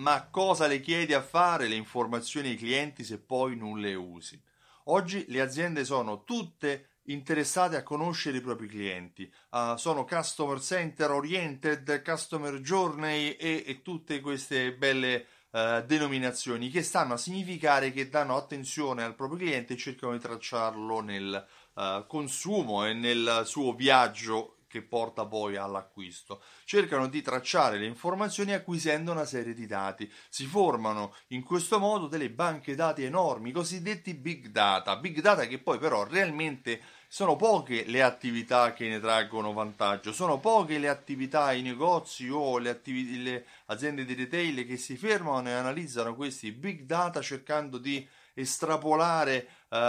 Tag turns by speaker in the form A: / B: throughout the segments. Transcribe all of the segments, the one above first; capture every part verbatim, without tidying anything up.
A: ma cosa le chiedi a fare le informazioni ai clienti se poi non le usi? Oggi le aziende sono tutte interessate a conoscere i propri clienti, uh, sono customer center oriented, customer journey e, e tutte queste belle uh, denominazioni che stanno a significare che danno attenzione al proprio cliente e cercano di tracciarlo nel uh, consumo e nel suo viaggio che porta poi all'acquisto. Cercano di tracciare le informazioni acquisendo una serie di dati. Si formano in questo modo delle banche dati enormi, cosiddetti big data, big data che poi però realmente sono poche le attività che ne traggono vantaggio, sono poche le attività, i negozi o le, attivi- le aziende di retail che si fermano e analizzano questi big data cercando di estrapolare uh,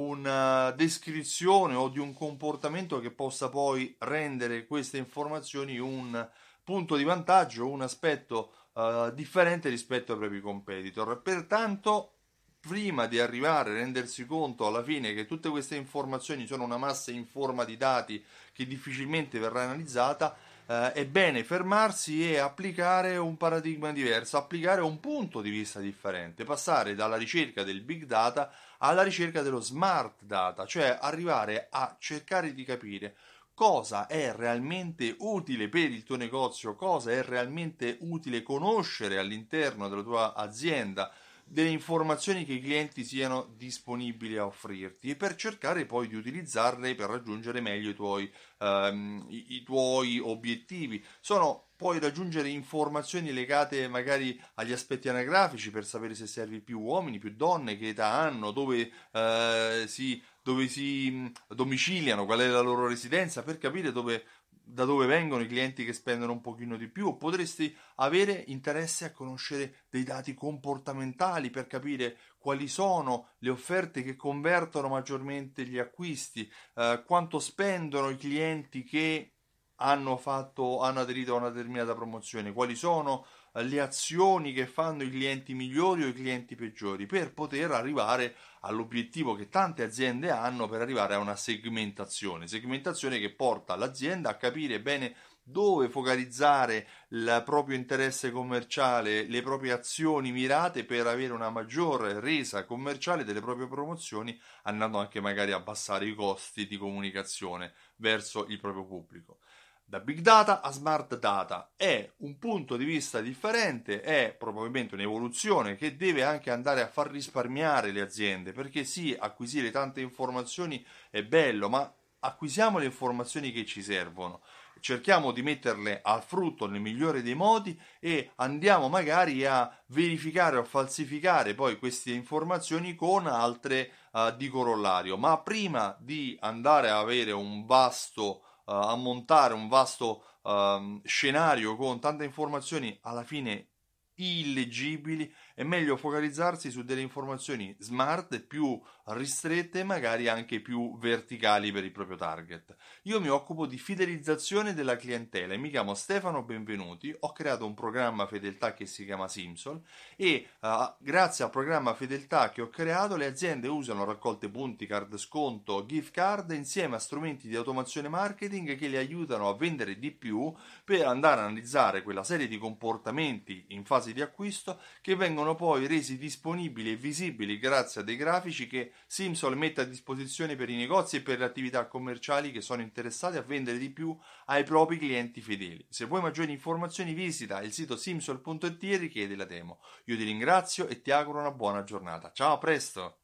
A: una descrizione o di un comportamento che possa poi rendere queste informazioni un punto di vantaggio, un aspetto uh, differente rispetto ai propri competitor. Pertanto, prima di arrivare a rendersi conto alla fine che tutte queste informazioni sono una massa informa di dati che difficilmente verrà analizzata, eh, è bene fermarsi e applicare un paradigma diverso, applicare un punto di vista differente, passare dalla ricerca del big data alla ricerca dello smart data, cioè arrivare a cercare di capire cosa è realmente utile per il tuo negozio, cosa è realmente utile conoscere all'interno della tua azienda, delle informazioni che i clienti siano disponibili a offrirti e per cercare poi di utilizzarle per raggiungere meglio i tuoi, ehm, i, i tuoi obiettivi. Sono puoi raggiungere informazioni legate magari agli aspetti anagrafici per sapere se servi più uomini, più donne, che età hanno, dove eh, si dove si domiciliano, qual è la loro residenza, per capire dove, da dove vengono i clienti che spendono un pochino di più. Potresti avere interesse a conoscere dei dati comportamentali per capire quali sono le offerte che convertono maggiormente gli acquisti, eh, quanto spendono i clienti che hanno fatto, hanno aderito a una determinata promozione, quali sono le azioni che fanno i clienti migliori o i clienti peggiori, per poter arrivare all'obiettivo che tante aziende hanno per arrivare a una segmentazione, segmentazione che porta l'azienda a capire bene dove focalizzare il proprio interesse commerciale, le proprie azioni mirate per avere una maggiore resa commerciale delle proprie promozioni, andando anche magari a abbassare i costi di comunicazione verso il proprio pubblico. Da big data a smart data è un punto di vista differente, è probabilmente un'evoluzione che deve anche andare a far risparmiare le aziende, perché sì, acquisire tante informazioni è bello, ma acquisiamo le informazioni che ci servono, cerchiamo di metterle al frutto nel migliore dei modi e andiamo magari a verificare o falsificare poi queste informazioni con altre uh, di corollario, ma prima di andare a avere un vasto Uh, a montare un vasto uh, scenario con tante informazioni alla fine illeggibili, è meglio focalizzarsi su delle informazioni smart, più ristrette e magari anche più verticali per il proprio target. Io mi occupo di fidelizzazione della clientela e mi chiamo Stefano Benvenuti, ho creato un programma fedeltà che si chiama Simsol e uh, grazie al programma fedeltà che ho creato le aziende usano raccolte punti, card sconto, gift card insieme a strumenti di automazione marketing che le aiutano a vendere di più per andare a analizzare quella serie di comportamenti in fase di acquisto che vengono poi resi disponibili e visibili grazie a dei grafici che Simsol mette a disposizione per i negozi e per le attività commerciali che sono interessati a vendere di più ai propri clienti fedeli. Se vuoi maggiori informazioni visita il sito simsol punto it e richiedi la demo. Io ti ringrazio e ti auguro una buona giornata. Ciao, a presto!